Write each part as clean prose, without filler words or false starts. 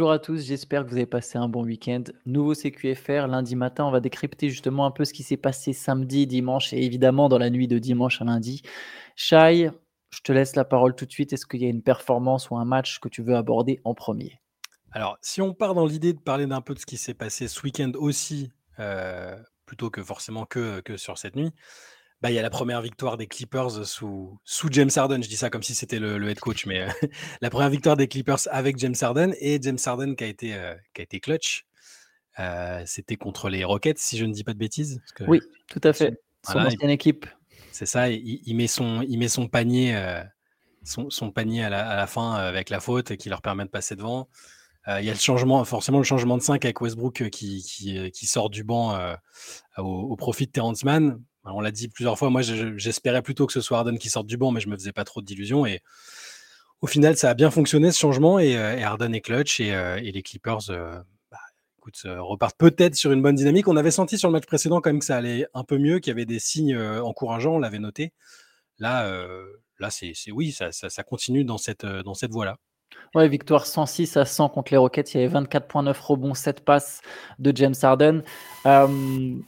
Bonjour à tous, j'espère que vous avez passé un bon week-end. Nouveau CQFR, lundi matin, on va décrypter justement un peu ce qui s'est passé samedi, dimanche et évidemment dans la nuit de dimanche à lundi. Shai, je te laisse la parole tout de suite. Est-ce qu'il y a une performance ou un match que tu veux aborder en premier? Alors, si on part dans l'idée de parler d'un peu de ce qui s'est passé ce week-end aussi, plutôt que forcément que sur cette nuit, bah, il y a la première victoire des Clippers sous James Harden. Je dis ça comme si c'était le head coach, mais la première victoire des Clippers avec James Harden et James Harden qui a été clutch. C'était contre les Rockets, si je ne dis pas de bêtises? Parce que Oui, tout à son fait. Son voilà, ancienne équipe. c'est ça, il met son panier, son panier à la fin, avec la faute et qui leur permet de passer devant. Il y a forcément le changement de 5 avec Westbrook, qui sort du banc, au profit de Terrence Mann. Alors, on l'a dit plusieurs fois, moi j'espérais plutôt que ce soit Harden qui sorte du banc, mais je me faisais pas trop d'illusions et au final ça a bien fonctionné ce changement et Harden est clutch et les Clippers, bah, écoute, repartent peut-être sur une bonne dynamique. On avait senti sur le match précédent quand même que ça allait un peu mieux, qu'il y avait des signes, encourageants, on l'avait noté. Là, c'est oui, ça continue dans cette voie-là. Ouais, victoire 106-100 contre les Rockets. Il y avait 24,9 rebonds, 7 passes de James Harden. Euh,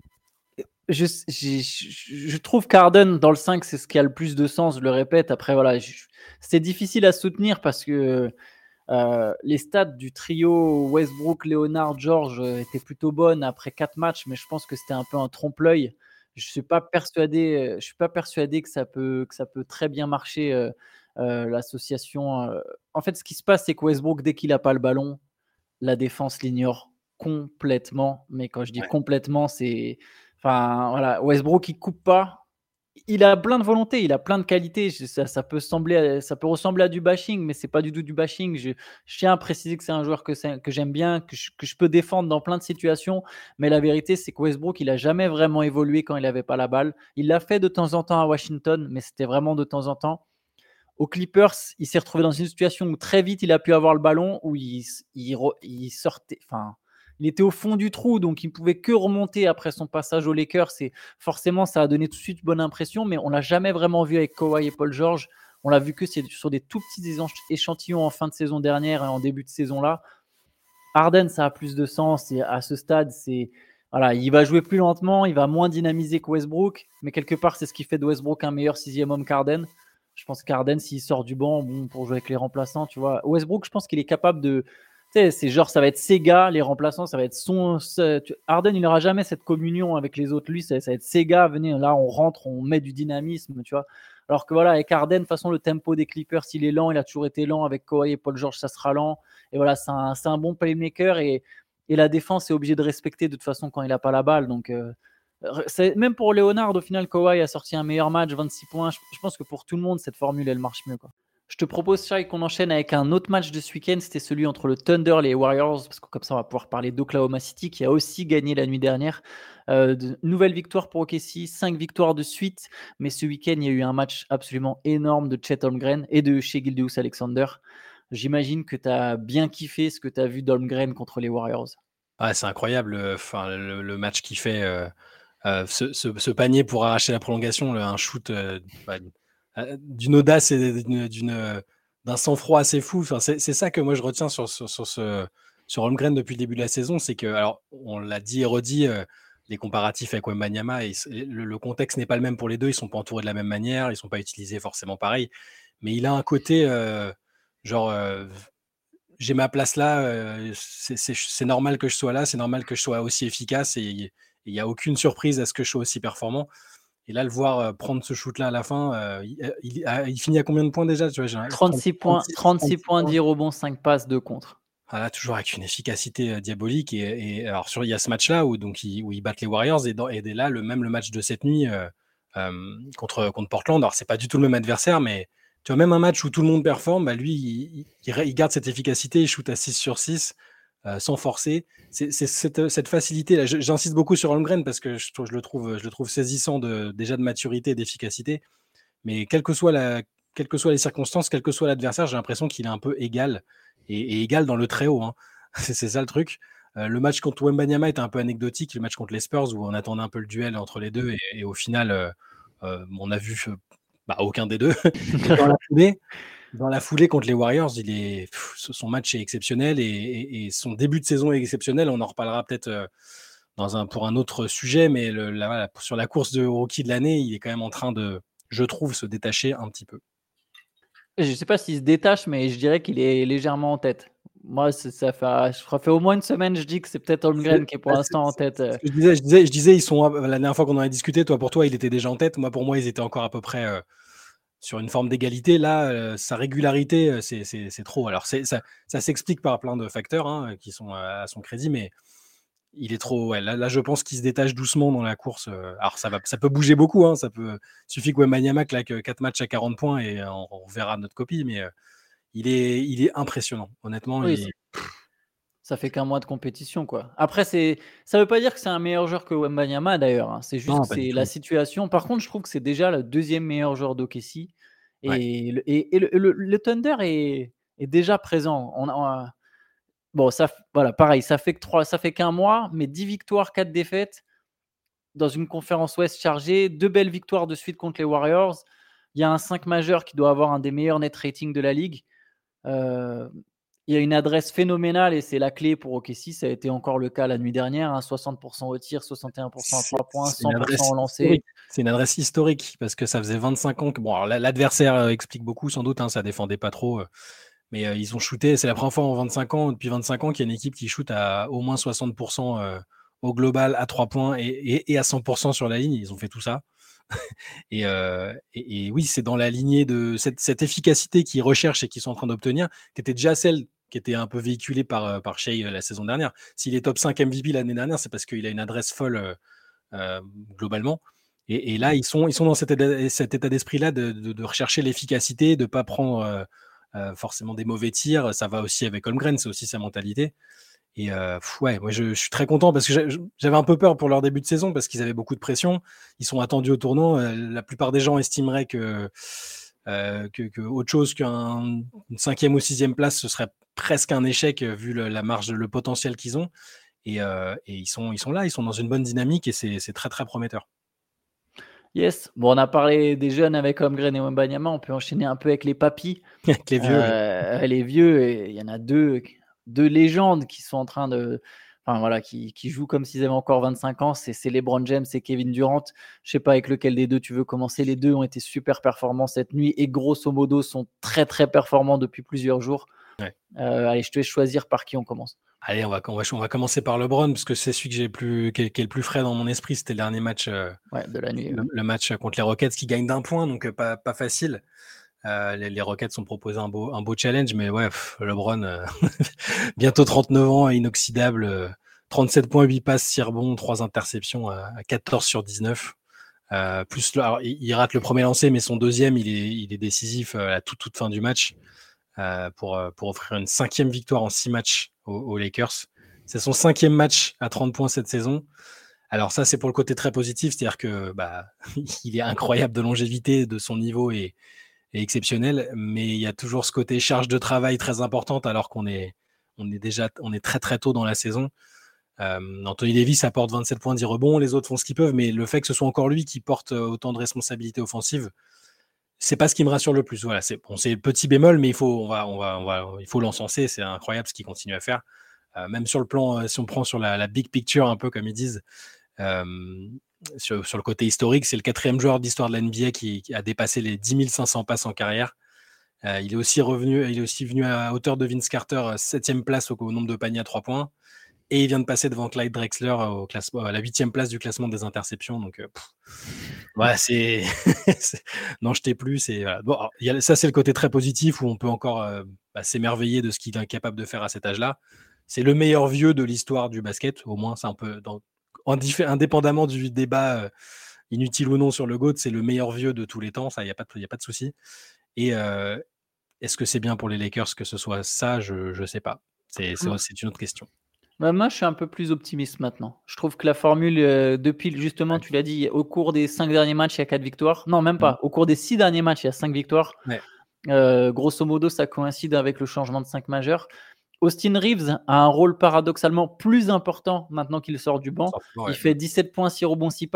je trouve qu'Harden dans le 5, c'est ce qui a le plus de sens, je le répète. Après, voilà, c'est difficile à soutenir parce que les stats du trio Westbrook, Leonard, George étaient plutôt bonnes après 4 matchs, mais je pense que c'était un peu un trompe-l'œil. Je suis pas persuadé que ça peut très bien marcher, l'association. En fait, ce qui se passe, c'est que Westbrook, dès qu'il a pas le ballon, la défense l'ignore complètement. Mais quand je dis Ouais. complètement, c'est, enfin voilà, Westbrook il coupe pas. Il a plein de volonté, il a plein de qualités. Ça peut ressembler à du bashing, mais c'est pas du tout du bashing. Je tiens à préciser que c'est un joueur que j'aime bien, que je peux défendre dans plein de situations. Mais la vérité, c'est que Westbrook, il a jamais vraiment évolué quand il avait pas la balle. Il l'a fait de temps en temps à Washington, mais c'était vraiment de temps en temps. Aux Clippers, il s'est retrouvé dans une situation où très vite il a pu avoir le ballon, où il sortait, enfin, il était au fond du trou, donc il ne pouvait que remonter après son passage aux Lakers. Et forcément, ça a donné tout de suite bonne impression, mais on l'a jamais vraiment vu avec Kawhi et Paul George. On l'a vu que c'est sur des tout petits échantillons en fin de saison dernière et en début de saison là. Harden, ça a plus de sens. Et à ce stade, c'est voilà, il va jouer plus lentement, il va moins dynamiser que Westbrook, mais quelque part, c'est ce qui fait de Westbrook un meilleur sixième homme qu'Harden. Je pense qu'Harden, s'il sort du banc, bon, pour jouer avec les remplaçants, tu vois. Westbrook, je pense qu'il est capable de. Tu sais, c'est genre, ça va être ses gars, les remplaçants, ça va être Harden, il n'aura jamais cette communion avec les autres. Lui, ça va être ses gars, venez, là, on rentre, on met du dynamisme, tu vois. Alors que voilà, avec Harden, de toute façon, le tempo des Clippers, il est lent, il a toujours été lent. Avec Kawhi et Paul George, ça sera lent. Et voilà, c'est un bon playmaker et la défense est obligée de respecter de toute façon quand il n'a pas la balle. Donc, même pour Leonard, au final, Kawhi a sorti un meilleur match, 26 points. Je pense que pour tout le monde, cette formule, elle marche mieux, quoi. Je te propose, Shai, qu'on enchaîne avec un autre match de ce week-end. C'était celui entre le Thunder et les Warriors, parce que comme ça, on va pouvoir parler d'Oklahoma City, qui a aussi gagné la nuit dernière. Nouvelle victoire pour OKC, 5 victoires de suite. Mais ce week-end, il y a eu un match absolument énorme de Chet Holmgren et de Shai Gilgeous-Alexander. J'imagine que tu as bien kiffé ce que tu as vu d'Holmgren contre les Warriors. Ah, c'est incroyable, enfin le match qu'il fait, ce panier pour arracher la prolongation, un shoot, bah, d'une audace et d'un sang-froid assez fou. Enfin, c'est ça que moi je retiens sur Holmgren depuis le début de la saison, c'est que, alors on l'a dit et redit, les comparatifs avec Wembanyama, le contexte n'est pas le même pour les deux. Ils sont pas entourés de la même manière, ils sont pas utilisés forcément pareil, mais il a un côté, genre, j'ai ma place là, c'est normal que je sois là, c'est normal que je sois aussi efficace et il y a aucune surprise à ce que je sois aussi performant. Et là, le voir, prendre ce shoot là à la fin, il finit à combien de points déjà? Tu vois? J'ai un 36 points, 36 36 points, points. 10 rebonds, 5 passes, 2 contre. Voilà, toujours avec une efficacité, diabolique et alors il y a ce match-là où ils battent les Warriors et là, le match de cette nuit, contre Portland. Alors c'est pas du tout le même adversaire, mais tu vois, même un match où tout le monde performe, bah, lui, il garde cette efficacité, il shoot à 6 sur 6, sans forcer. C'est cette facilité-là. J'insiste beaucoup sur Holmgren parce que je le trouve saisissant déjà de maturité et d'efficacité, mais quelles que soient les circonstances, quel que soit l'adversaire, j'ai l'impression qu'il est un peu égal et égal dans le très haut, hein. C'est ça le truc. Le match contre Wembanyama était un peu anecdotique, le match contre les Spurs où on attendait un peu le duel entre les 2 et au final, on a vu, bah, aucun des 2 et dans la foulée Dans la foulée contre les Warriors, son match est exceptionnel et son début de saison est exceptionnel. On en reparlera peut-être pour un autre sujet, mais sur la course de rookie de l'année, il est quand même en train de, je trouve, se détacher un petit peu. Je ne sais pas s'il se détache, mais je dirais qu'il est légèrement en tête. Moi, ça fait au moins une semaine, je dis que c'est peut-être Holmgren qui est pour l'instant en tête. Ce que je disais, ils sont, la dernière fois qu'on en a discuté, pour toi, il était déjà en tête. Pour moi, ils étaient encore à peu près sur une forme d'égalité. Là, sa régularité, c'est trop. Alors, ça s'explique par plein de facteurs qui sont à son crédit, mais il est trop. Ouais, là, je pense qu'il se détache doucement dans la course. Alors, ça peut bouger beaucoup. Il suffit que Wembanyama claque 4 matchs à 40 points et on verra notre copie, mais il est impressionnant. Honnêtement, Oui, ça fait qu'un mois de compétition, quoi. Après, ça veut pas dire que c'est un meilleur joueur que Wembanyama, d'ailleurs. C'est juste non, que pas du c'est tout. la situation. Par contre, je trouve que c'est déjà le deuxième meilleur joueur d'OKC. Ouais. Et le Thunder est déjà présent. Bon, voilà, pareil, ça fait qu'un mois, mais 10 victoires, 4 défaites dans une conférence Ouest chargée, 2 belles victoires de suite contre les Warriors. Il y a un 5 majeur qui doit avoir un des meilleurs net ratings de la ligue. Il y a une adresse phénoménale et c'est la clé pour OKC. Ça a été encore le cas la nuit dernière. 60% au tir, 61% à 3 points, C'est une 100% adresse au lancer. historique. C'est une adresse historique parce que ça faisait 25 ans que. Bon, alors, l'adversaire explique beaucoup sans doute. Ça défendait pas trop. Mais ils ont shooté. C'est la première fois depuis 25 ans qu'il y a une équipe qui shoot à au moins 60% au global à 3 points et à 100% sur la ligne. Ils ont fait tout ça. Et oui, c'est dans la lignée de cette efficacité qu'ils recherchent et qu'ils sont en train d'obtenir, qui était déjà celle qui était un peu véhiculée par Shai la saison dernière. S'il est top 5 MVP l'année dernière, c'est parce qu'il a une adresse folle globalement. Et là, ils sont dans cet état d'esprit-là de rechercher l'efficacité, de ne pas prendre forcément des mauvais tirs. Ça va aussi avec Holmgren, c'est aussi sa mentalité. Et ouais, moi je suis très content parce que j'avais un peu peur pour leur début de saison parce qu'ils avaient beaucoup de pression. Ils sont attendus au tournant. La plupart des gens estimeraient que autre chose qu'une 5e ou 6e place, ce serait presque un échec vu la marge, le potentiel qu'ils ont. Et ils sont là, ils sont dans une bonne dynamique et c'est très très prometteur. Yes. Bon, on a parlé des jeunes avec Holmgren et Wembanyama. On peut enchaîner un peu avec les papis. Avec les vieux. Les vieux, il y en a deux légendes qui sont en train de. Enfin, voilà, qui jouent comme s'ils avaient encore 25 ans. C'est LeBron James et Kevin Durant. Je sais pas avec lequel des deux tu veux commencer. Les deux ont été super performants cette nuit et grosso modo sont très très performants depuis plusieurs jours. Ouais. Allez, je te laisse choisir par qui on commence. Allez, on va commencer par LeBron parce que c'est celui qui est le plus frais dans mon esprit. C'était le dernier match de la nuit. Le match contre les Rockets qui gagne d'1 point, donc pas facile. Les Rockets ont proposé un beau challenge, mais ouais, LeBron, bientôt 39 ans, inoxydable, 37 points, 8 passes, 6 rebonds, 3 interceptions à 14 sur 19. Alors, il rate le premier lancer, mais son deuxième, il est décisif à la toute fin du match pour offrir une 5e victoire en 6 matchs aux Lakers. C'est son 5e match à 30 points cette saison. Alors ça, c'est pour le côté très positif, c'est-à-dire que il est incroyable de longévité, de son niveau est exceptionnel, mais il y a toujours ce côté charge de travail très importante alors qu'on est très très tôt dans la saison. Anthony Davis apporte 27 points, 10 rebonds, les autres font ce qu'ils peuvent, mais le fait que ce soit encore lui qui porte autant de responsabilités offensives, c'est pas ce qui me rassure le plus. Voilà, c'est petit bémol, mais il faut l'encenser. C'est incroyable ce qu'il continue à faire. Même sur le plan, si on prend sur la big picture un peu comme ils disent, sur le côté historique, c'est le 4e joueur d'histoire de la NBA qui a dépassé les 10 500 passes en carrière. Il est aussi venu à hauteur de Vince Carter, 7e place au nombre de paniers à 3 points. Et il vient de passer devant Clyde Drexler à la 8e place du classement des interceptions. Donc, ouais, n'en jetez plus. Bon, ça, c'est le côté très positif où on peut encore s'émerveiller de ce qu'il est capable de faire à cet âge-là. C'est le meilleur vieux de l'histoire du basket, au moins, c'est un peu indépendamment du débat inutile ou non sur le GOAT, c'est le meilleur vieux de tous les temps, ça, il n'y a pas de souci. Et est-ce que c'est bien pour les Lakers que ce soit ça? Je sais pas. C'est une autre question. Moi, je suis un peu plus optimiste maintenant. Je trouve que la formule, depuis justement, tu l'as dit, au cours des 5 derniers matchs, il y a 4 victoires. Non, même pas. Au cours des 6 derniers matchs, il y a 5 victoires. Ouais. Grosso modo, ça coïncide avec le changement de 5 majeurs. Austin Reeves a un rôle paradoxalement plus important maintenant qu'il sort du banc. Il fait 17 points, 6 rebonds, 6 passes.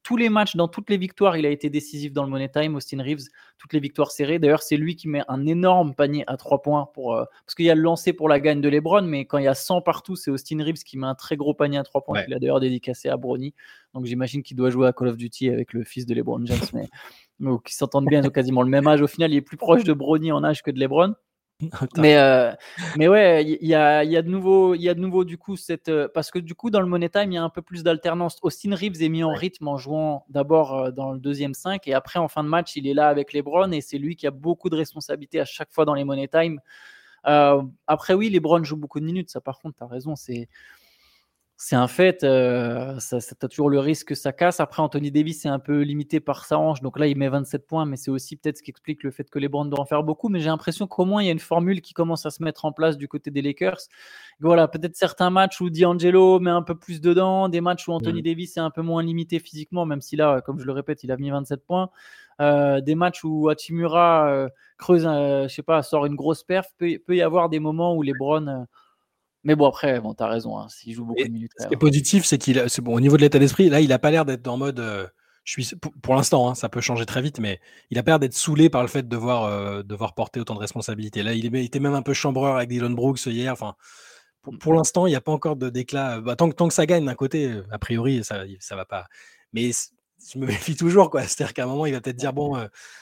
tous les matchs, dans toutes les victoires, il a été décisif dans le Money Time, Austin Reeves, toutes les victoires serrées. D'ailleurs, c'est lui qui met un énorme panier à 3 points parce qu'il y a le lancer pour la gagne de LeBron, mais quand il y a 100 partout, c'est Austin Reeves qui met un très gros panier à 3 points qu'il a d'ailleurs dédicacé à Bronny. Donc j'imagine qu'il doit jouer à Call of Duty avec le fils de LeBron James, mais qui s'entendent bien, ils ont quasiment le même âge. Au final, il est plus proche de Bronny en âge que de LeBron. Mais ouais, il y a de nouveau du coup parce que du coup dans le Money Time il y a un peu plus d'alternance. Austin Reeves est mis en rythme en jouant d'abord dans le deuxième 5 et après en fin de match il est là avec LeBron et c'est lui qui a beaucoup de responsabilités à chaque fois dans les Money Time. Après oui, LeBron joue beaucoup de minutes, ça par contre t'as raison, c'est un fait, ça t'as toujours le risque que ça casse. Après, Anthony Davis est un peu limité par sa hanche, donc là il met 27 points, mais c'est aussi peut-être ce qui explique le fait que LeBron doit en faire beaucoup. Mais j'ai l'impression qu'au moins il y a une formule qui commence à se mettre en place du côté des Lakers. Et voilà, peut-être certains matchs où D'Angelo met un peu plus dedans, des matchs où Anthony Davis est un peu moins limité physiquement, même si là, comme je le répète, il a mis 27 points. Des matchs où Hachimura creuse, je sais pas, sort une grosse perf, peut y avoir des moments où LeBron mais bon, après, t'as raison, hein, s'il joue beaucoup de minutes. Ce qui est positif, c'est c'est bon, au niveau de l'état d'esprit, là, il n'a pas l'air d'être en mode. Pour l'instant, hein, ça peut changer très vite, mais il a pas l'air d'être saoulé par le fait de devoir porter autant de responsabilités. Là, il était même un peu chambreur avec Dillon Brooks hier. Enfin, pour l'instant, il n'y a pas encore de déclat. Tant que ça gagne d'un côté, a priori, ça va pas. Mais je me méfie toujours, quoi. C'est-à-dire qu'à un moment, il va peut-être dire bon.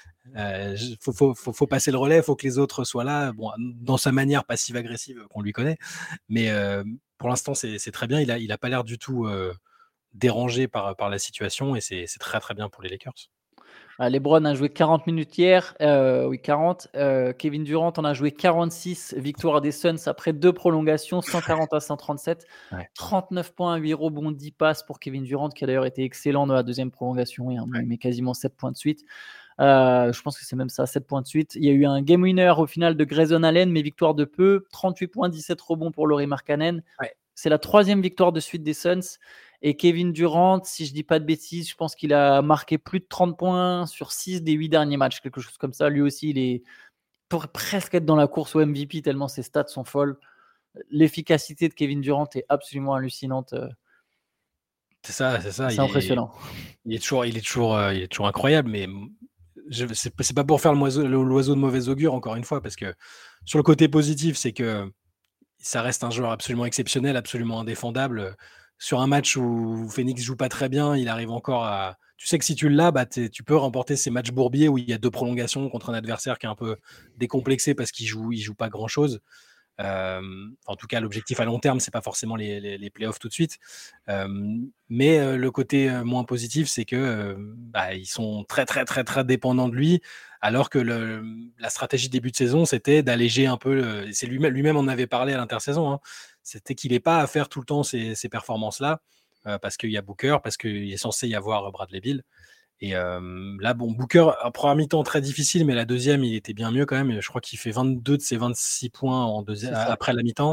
Faut passer le relais, faut que les autres soient là, bon, dans sa manière passive-agressive qu'on lui connaît, mais pour l'instant c'est très bien, il a pas l'air du tout dérangé par la situation et c'est très très bien pour les Lakers. LeBron a joué 40 minutes hier, oui 40. Kevin Durant en a joué 46, victoire des Suns après 2 prolongations, 140 à 137, 39 points, 8 rebonds, 10 passes pour Kevin Durant qui a d'ailleurs été excellent dans la deuxième prolongation, il met quasiment 7 points de suite. Je pense que c'est même ça, 7 points de suite. Il y a eu un game winner au final de Grayson Allen, mais victoire de peu. 38 points, 17 rebonds pour Lauri Markkanen. C'est la 3e victoire de suite des Suns. Et Kevin Durant, si je dis pas de bêtises, je pense qu'il a marqué plus de 30 points sur 6 des 8 derniers matchs, quelque chose comme ça. Lui aussi, il est pour presque être dans la course au MVP tellement ses stats sont folles. L'efficacité de Kevin Durant est absolument hallucinante. C'est ça. C'est impressionnant. Il est toujours incroyable, mais c'est pas pour faire l'oiseau de mauvais augure, encore une fois, parce que sur le côté positif, c'est que ça reste un joueur absolument exceptionnel, absolument indéfendable. Sur un match où Phoenix joue pas très bien, il arrive encore à. Tu sais que si tu l'as, tu peux remporter ces matchs bourbiers où il y a 2 prolongations contre un adversaire qui est un peu décomplexé parce qu'il joue pas grand chose. En tout cas, l'objectif à long terme, c'est pas forcément les playoffs tout de suite. Mais le côté moins positif, c'est que ils sont très très très très dépendants de lui, alors que la stratégie début de saison, c'était d'alléger un peu. C'est lui-même en avait parlé à l'intersaison. Hein, c'était qu'il n'est pas à faire tout le temps ces performances-là, parce qu'il y a Booker, parce qu'il est censé y avoir Bradley Beal. Et là, bon, Booker, en première mi-temps très difficile, mais la deuxième, il était bien mieux quand même. Je crois qu'il fait 22 de ses 26 points après la mi-temps.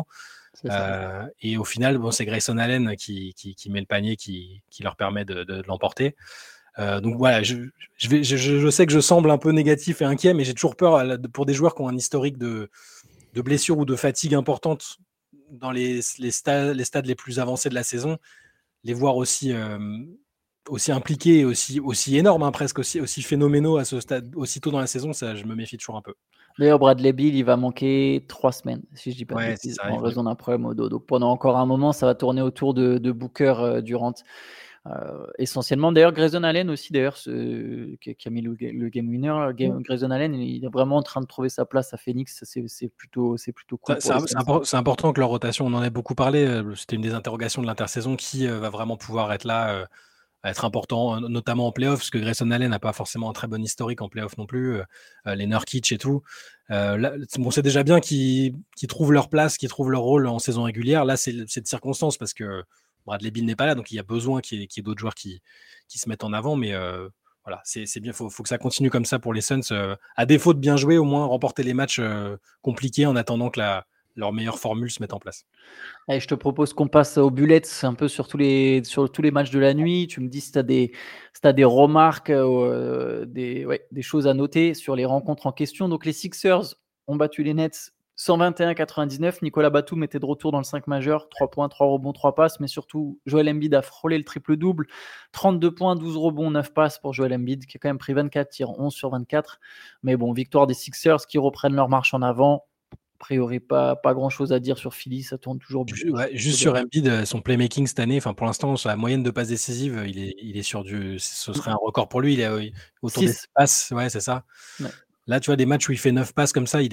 Et au final, bon, c'est Grayson Allen qui met le panier, qui leur permet de l'emporter. Donc voilà, je sais que je semble un peu négatif et inquiet, mais j'ai toujours peur pour des joueurs qui ont un historique de blessures ou de fatigue importante dans les stades les plus avancés de la saison, les voir aussi impliqués, aussi énormes, hein, presque aussi phénoménaux à ce stade, aussitôt dans la saison, ça, je me méfie toujours un peu. D'ailleurs, Bradley Beal, il va manquer 3 semaines, si je dis pas de bêtises, en raison d'un problème au dos. Donc pendant encore un moment, ça va tourner autour de Booker Durant. Essentiellement, d'ailleurs, Grayson Allen aussi, qui a mis le game winner. Grayson Allen, il est vraiment en train de trouver sa place à Phoenix. C'est plutôt cool. C'est important que leur rotation, on en a beaucoup parlé. C'était une des interrogations de l'intersaison, qui va vraiment pouvoir être là, être important, notamment en playoff, parce que Grayson Allen n'a pas forcément un très bon historique en playoff non plus. Les Nurkic et tout. Là, c'est déjà bien qu'ils trouvent leur place, qu'ils trouvent leur rôle en saison régulière. Là, c'est de circonstance parce que Bradley Beal n'est pas là, donc il y a besoin qu'il y ait d'autres joueurs qui se mettent en avant, mais voilà, c'est bien, faut que ça continue comme ça pour les Suns. À défaut de bien jouer, au moins remporter les matchs compliqués en attendant que leur meilleure formule se mette en place. Allez, je te propose qu'on passe aux bullets un peu sur tous les matchs de la nuit. Tu me dis si tu as des remarques, des choses à noter sur les rencontres en question. Donc les Sixers ont battu les Nets 121-99, Nicolas Batum était de retour dans le 5 majeur, 3 points, 3 rebonds, 3 passes, mais surtout Joel Embiid a frôlé le triple-double, 32 points, 12 rebonds, 9 passes pour Joel Embiid, qui a quand même pris 24 tirs, 11 sur 24. Mais bon, victoire des Sixers qui reprennent leur marche en avant. A priori, pas grand-chose à dire sur Philly, ça tourne toujours bien. Juste sur Embiid, son playmaking cette année, pour l'instant, sur la moyenne de passes décisives, il est sur ce serait un record pour lui. Il est autour des 6 passes, ouais, c'est ça. Ouais. Là, tu vois, des matchs où il fait 9 passes comme ça,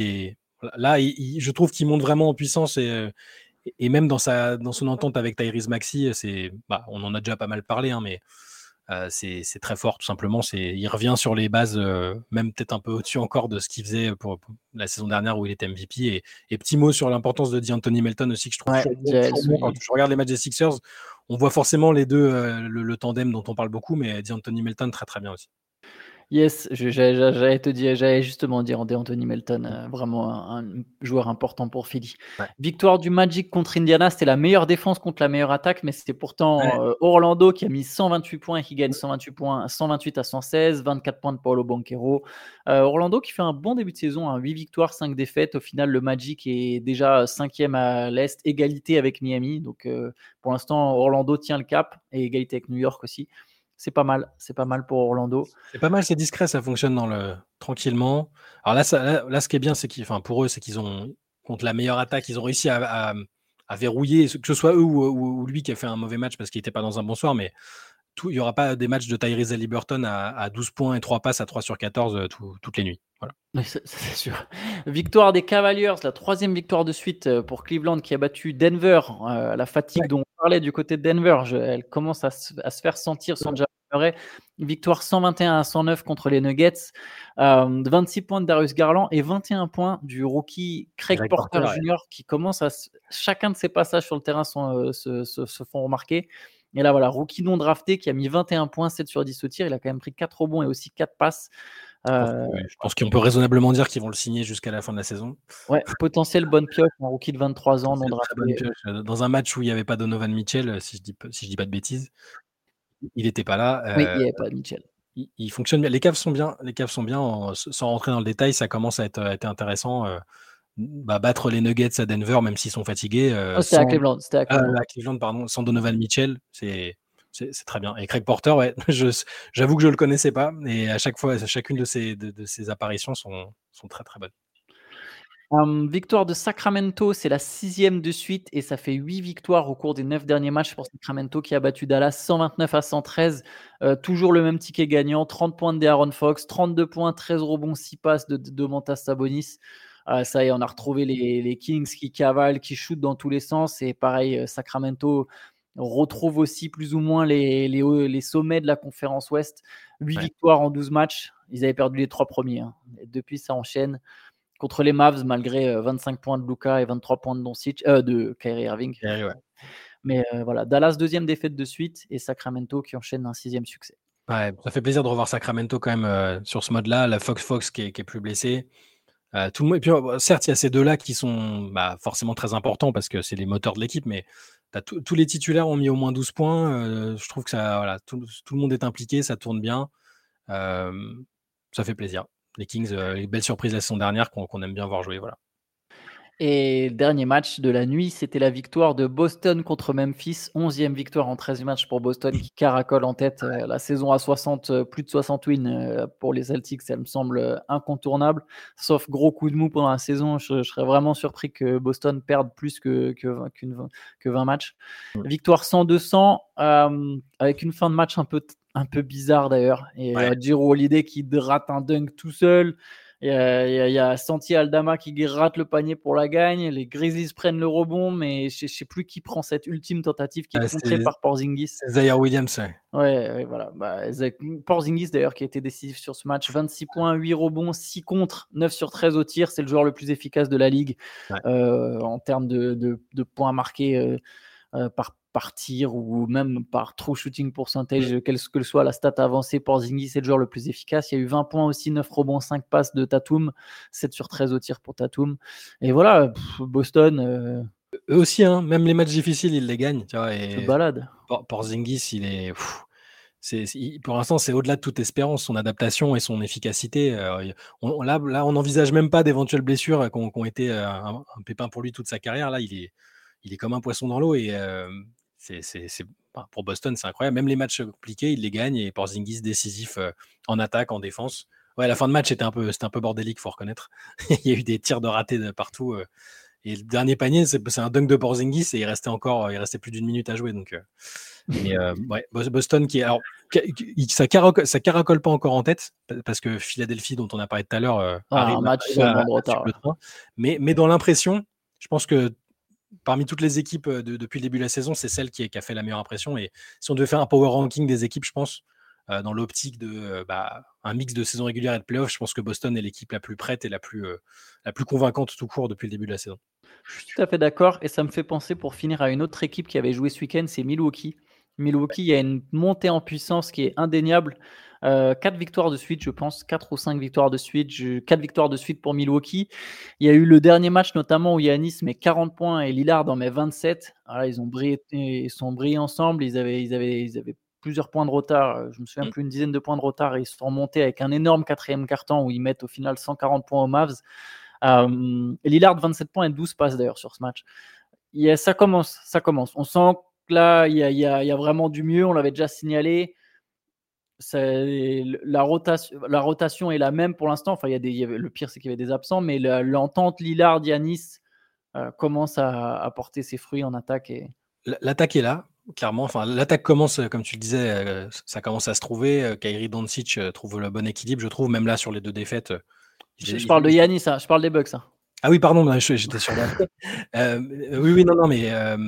je trouve qu'il monte vraiment en puissance et même dans son entente avec Tyrese Maxey, on en a déjà pas mal parlé, hein, mais c'est très fort, tout simplement. Il revient sur les bases, même peut-être un peu au-dessus encore de ce qu'il faisait pour la saison dernière où il était MVP. Et petit mot sur l'importance de D'Anthony Melton aussi, que je trouve toujours bon. Quand je regarde les matchs des Sixers, on voit forcément les deux, le tandem dont on parle beaucoup, mais D'Anthony Melton très très bien aussi. Yes, j'allais justement dire Anthony Melton, vraiment un joueur important pour Philly. Ouais. Victoire du Magic contre Indiana, c'était la meilleure défense contre la meilleure attaque, mais c'était pourtant Orlando qui a mis 128 points et qui gagne 128 à 116, 24 points de Paolo Banchero. Orlando qui fait un bon début de saison, 8 victoires, 5 défaites. Au final, le Magic est déjà 5e à l'Est, égalité avec Miami. Donc pour l'instant, Orlando tient le cap et égalité avec New York aussi. C'est pas mal pour Orlando. C'est pas mal, c'est discret, ça fonctionne tranquillement. Alors là, ce qui est bien, c'est pour eux, c'est qu'ils ont, contre la meilleure attaque, ils ont réussi à verrouiller, que ce soit eux ou lui qui a fait un mauvais match parce qu'il n'était pas dans un bon soir, mais il n'y aura pas des matchs de Tyrese Haliburton à 12 points et 3 passes à 3 sur 14 toutes les nuits. Voilà. C'est sûr. Victoire des Cavaliers, la 3e victoire de suite pour Cleveland qui a battu Denver. La fatigue dont on parlait du côté de Denver, elle commence à se faire sentir sans Jamal Murray. Victoire 121 à 109 contre les Nuggets. 26 points de Darius Garland et 21 points du rookie Craig Porter Jr. qui commence chacun de ses passages sur le terrain se font remarquer. Et là, voilà, rookie non drafté qui a mis 21 points, 7 sur 10 au tir. Il a quand même pris 4 rebonds et aussi 4 passes. Je pense qu'on peut raisonnablement dire qu'ils vont le signer jusqu'à la fin de la saison. Ouais, potentiel bonne pioche, un rookie de 23 ans non drafté. Dans un match où il n'y avait pas Donovan Mitchell, si je dis pas de bêtises, il n'était pas là. Oui, il n'y avait pas de Mitchell. Il fonctionne bien. Les Cavs sont bien. Sans rentrer dans le détail, ça commence à être intéressant. Battre les Nuggets à Denver, même s'ils sont fatigués. C'était à Cleveland. À Cleveland, pardon, sans Donovan Mitchell, c'est très bien. Et Craig Porter, ouais, j'avoue que je le connaissais pas. Et à chaque fois, chacune de ces apparitions sont très très bonnes. Victoire de Sacramento, c'est la 6e de suite et ça fait 8 victoires au cours des 9 derniers matchs pour Sacramento qui a battu Dallas 129 à 113. Toujours le même ticket gagnant, 30 points de Aaron Fox, 32 points, 13 rebonds, 6 passes de Domantas Sabonis. Ça y est, on a retrouvé les Kings qui cavalent, qui shootent dans tous les sens. Et pareil, Sacramento retrouve aussi plus ou moins les sommets de la conférence Ouest. 8 victoires en 12 matchs. Ils avaient perdu les 3 premiers. Et depuis, ça enchaîne. Contre les Mavs, malgré 25 points de Luka et 23 points de Kyrie Irving. Ouais. Mais voilà, Dallas, 2e défaite de suite et Sacramento qui enchaîne un 6e succès. Ouais, ça fait plaisir de revoir Sacramento quand même sur ce mode-là. La Fox qui est plus blessé. Tout le monde. Et puis, certes, il y a ces deux-là qui sont forcément très importants parce que c'est les moteurs de l'équipe, mais tous les titulaires ont mis au moins 12 points. Je trouve que tout le monde est impliqué, ça tourne bien. Ça fait plaisir. Les Kings, les belles surprises la saison dernière qu'on aime bien voir jouer. Voilà. Et le dernier match de la nuit, c'était la victoire de Boston contre Memphis. 11e victoire en 13 matchs pour Boston qui caracole en tête. La saison à 60, plus de 60 wins pour les Celtics, ça me semble incontournable. Sauf gros coup de mou pendant la saison. Je serais vraiment surpris que Boston perde plus que 20 matchs. Victoire 100-200 avec une fin de match un peu bizarre d'ailleurs. Et Jrue Holiday qui rate un dunk tout seul. Il y a Santi Aldama qui rate le panier pour la gagne. Les Grizzlies prennent le rebond, mais je ne sais plus qui prend cette ultime tentative qui est contrée par Porzingis. C'est Zaire Williams, ouais. Voilà. Porzingis, d'ailleurs, qui a été décisif sur ce match. 26 points, 8 rebonds, 6 contre, 9 sur 13 au tir. C'est le joueur le plus efficace de la ligue en termes de points marqués par tir ou même par true shooting percentage, quelle que soit la stat avancée. Porzingis, c'est le joueur le plus efficace. Il y a eu 20 points aussi, 9 rebonds, 5 passes de Tatum, 7 sur 13 au tir pour Tatum. Et voilà, Boston. Eux aussi, même les matchs difficiles, ils les gagnent. Tu vois, se balade. Porzingis, pour l'instant, c'est au-delà de toute espérance, son adaptation et son efficacité. Là, on n'envisage même pas d'éventuelles blessures qui ont été un pépin pour lui toute sa carrière. Là, il est comme un poisson dans l'eau et pour Boston, c'est incroyable. Même les matchs compliqués, il les gagne et Porzingis décisif en attaque, en défense. Ouais, la fin de match c'était un peu bordélique, faut reconnaître. Il y a eu des tirs de ratés de partout. Et le dernier panier, c'est un dunk de Porzingis et il restait plus d'une minute à jouer. Donc, ouais, Boston ça caracole pas encore en tête parce que Philadelphie, dont on a parlé tout à l'heure, arrive Un match à seulement de suivre retard. le train. Mais dans l'impression, je pense que parmi toutes les équipes depuis le début de la saison, c'est celle qui a fait la meilleure impression. Et si on devait faire un power ranking des équipes, je pense, dans l'optique de un mix de saison régulière et de playoff, je pense que Boston est l'équipe la plus prête et la plus convaincante tout court depuis le début de la saison. Je suis tout à fait d'accord et ça me fait penser pour finir à une autre équipe qui avait joué ce week-end, c'est Milwaukee. Milwaukee, il y a une montée en puissance qui est indéniable. 4 victoires de suite, je pense, 4 ou 5 victoires de suite. 4 victoires de suite pour Milwaukee. Il y a eu le dernier match notamment où Giannis met 40 points et Lillard en met 27. Alors, ils sont brillés ensemble. Ils avaient plusieurs points de retard. Je me souviens plus, une dizaine de points de retard. Et ils se sont remontés avec un énorme quatrième quart-temps où ils mettent au final 140 points aux Mavs. Lillard 27 points et 12 passes d'ailleurs sur ce match. Ça commence. On sent que là, il y a vraiment du mieux. On l'avait déjà signalé. La rotation est la même pour l'instant. Enfin, le pire, c'est qu'il y avait des absents, mais l'entente Lillard-Giannis commence à porter ses fruits en attaque. L'attaque est là, clairement. Enfin, l'attaque commence, comme tu le disais, ça commence à se trouver. Kyrie Doncic trouve le bon équilibre, je trouve, même là sur les 2 défaites. Je parle de Giannis, je parle des Bucks. Ah oui, pardon, j'étais sur oui, non, mais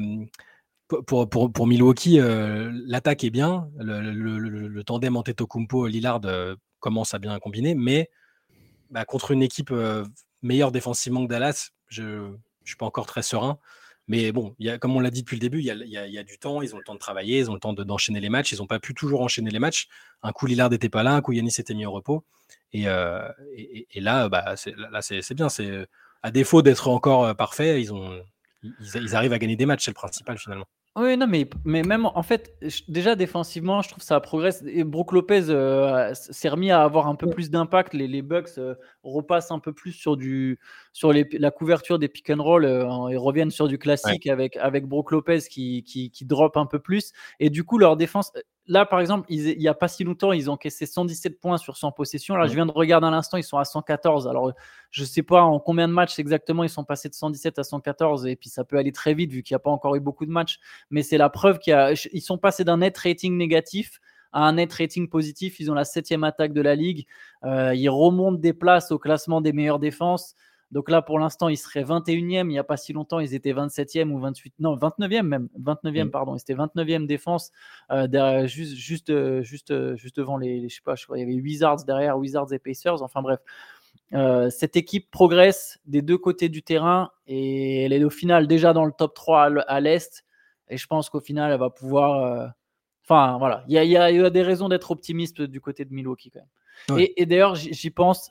pour Milwaukee, l'attaque est bien. Le tandem Antetokounmpo-Lillard commence à bien combiner, mais contre une équipe meilleure défensivement que Dallas, je ne suis pas encore très serein. Mais bon, comme on l'a dit depuis le début, il y a du temps, ils ont le temps de travailler, ils ont le temps d'enchaîner les matchs. Ils n'ont pas pu toujours enchaîner les matchs. Un coup, Lillard n'était pas là, un coup, Giannis s'était mis au repos. Et là, c'est bien. À défaut d'être encore parfait, ils arrivent à gagner des matchs, c'est le principal finalement. Oui, non, mais même en fait, déjà défensivement, je trouve que ça progresse. Et Brook Lopez s'est remis à avoir un peu plus d'impact. Les Bucks repassent un peu plus sur la couverture des pick and roll. Ils reviennent sur du classique avec Brook Lopez qui drop un peu plus. Et du coup, leur défense. Là, par exemple, il n'y a pas si longtemps, ils ont encaissé 117 points sur 100 possessions. Là, je viens de regarder à l'instant, ils sont à 114. Alors, je ne sais pas en combien de matchs exactement ils sont passés de 117 à 114. Et puis, ça peut aller très vite vu qu'il n'y a pas encore eu beaucoup de matchs. Mais c'est la preuve qu'ils sont passés d'un net rating négatif à un net rating positif. Ils ont la 7e attaque de la ligue. Ils remontent des places au classement des meilleures défenses. Donc là, pour l'instant, ils seraient 21e. Il n'y a pas si longtemps, ils étaient 27e ou 28. Non, 29e même. 29e, pardon. Ils étaient 29e défense. Juste devant je sais pas, je crois, il y avait Wizards derrière, Wizards et Pacers. Enfin bref. Cette équipe progresse des deux côtés du terrain et elle est au final déjà dans le top 3 à l'Est. Et je pense qu'au final, elle va pouvoir. Enfin, voilà. Il y a des raisons d'être optimiste du côté de Milwaukee quand même. Ouais. Et d'ailleurs, j'y pense.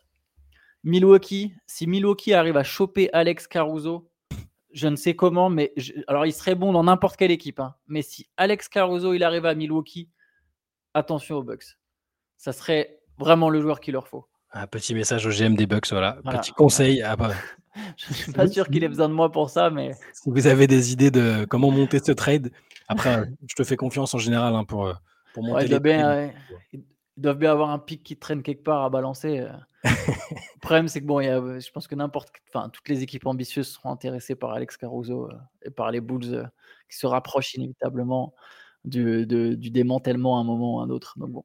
Si Milwaukee arrive à choper Alex Caruso, je ne sais comment, mais alors il serait bon dans n'importe quelle équipe. Hein, mais si Alex Caruso il arrive à Milwaukee, attention aux Bucks. Ça serait vraiment le joueur qu'il leur faut. Un petit message au GM des Bucks, voilà. Petit conseil. Je ne suis pas sûr qu'il ait besoin de moi pour ça, mais. Si vous avez des idées de comment monter ce trade, après, je te fais confiance en général pour monter les trades. Ils doivent bien avoir un pic qui traîne quelque part à balancer. Le problème, c'est que je pense que toutes les équipes ambitieuses seront intéressées par Alex Caruso et par les Bulls qui se rapprochent inévitablement du démantèlement à un moment ou à un autre. Donc bon.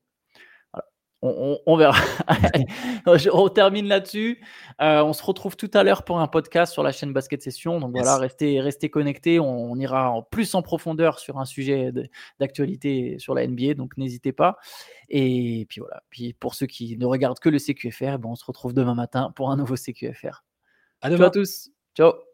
On verra. On termine là-dessus. On se retrouve tout à l'heure pour un podcast sur la chaîne Basket Session. Donc voilà, restez connectés. On ira plus en profondeur sur un sujet d'actualité sur la NBA. Donc n'hésitez pas. Et puis voilà. Puis pour ceux qui ne regardent que le CQFR, on se retrouve demain matin pour un nouveau CQFR. À demain. Ciao à tous. Ciao.